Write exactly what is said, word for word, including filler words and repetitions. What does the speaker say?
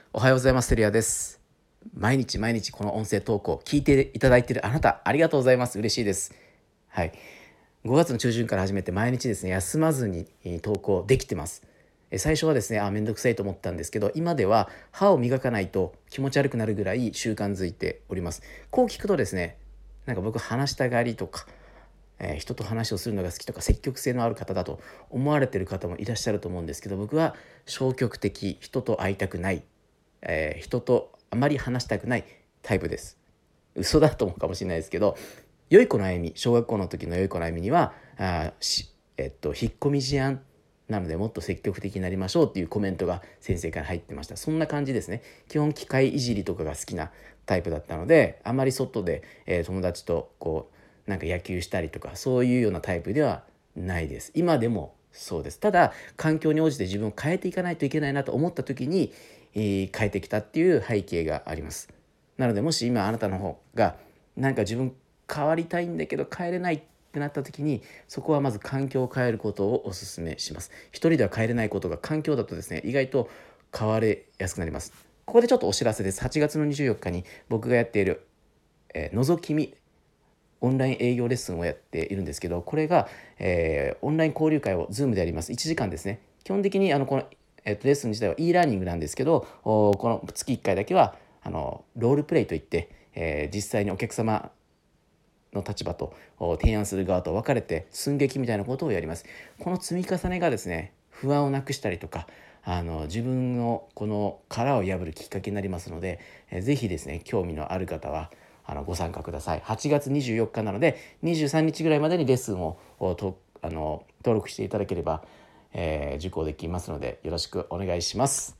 おはようございます。テリアです。毎日毎日この音声投稿聞いていただいているあなた、ありがとうございます。嬉しいです。はい。ごがつの中旬から始めて毎日ですね、休まずに投稿できてます。最初はですね、あ、めんどくさいと思ったんですけど、今では歯を磨かないと気持ち悪くなるぐらい習慣づいております。こう聞くとですね、なんか僕話したがりとか、えー人と話をするのが好きとか積極性のある方だと思われている方もいらっしゃると思うんですけど、僕は消極的、人と会いたくない、えー人とあまり話したくないタイプです。嘘だと思うかもしれないですけど、良い子の歩み、小学校の時の良い子の歩みにはあし、えっと、引っ込み思案なのでもっと積極的になりましょうっていうコメントが先生から入ってました。そんな感じですね。基本機械いじりとかが好きなタイプだったので、あまり外で、えー友達とこうなんか野球したりとかそういうようなタイプではないです。今でもそうです。ただ環境に応じて自分を変えていかないといけないなと思った時に、えー変えてきたっていう背景があります。なのでもし今あなたの方がなんか自分変わりたいんだけど変えれないってなった時に、そこはまず環境を変えることをお勧めします。一人では変えれないことが環境だとですね、意外と変われやすくなります。ここでちょっとお知らせです。はちがつのにじゅうよっかに僕がやっている、えー、覗き見オンライン営業レッスンをやっているんですけど、これが、えーオンライン交流会を Zoom でやります。いちじかんですね。基本的にあのこの、えーとレッスン自体は e ラーニングなんですけど、おこの月いっかいだけはあのロールプレイといって、えー実際にお客様の立場と提案する側と分かれて寸劇みたいなことをやります。この積み重ねがですね、不安をなくしたりとか、あの自分のこの殻を破るきっかけになりますので、えーぜひですね、興味のある方はあのご参加ください。はちがつにじゅうよっかなのでにじゅうさんにちぐらいまでにレッスンをとあの登録していただければ、えー受講できますのでよろしくお願いします。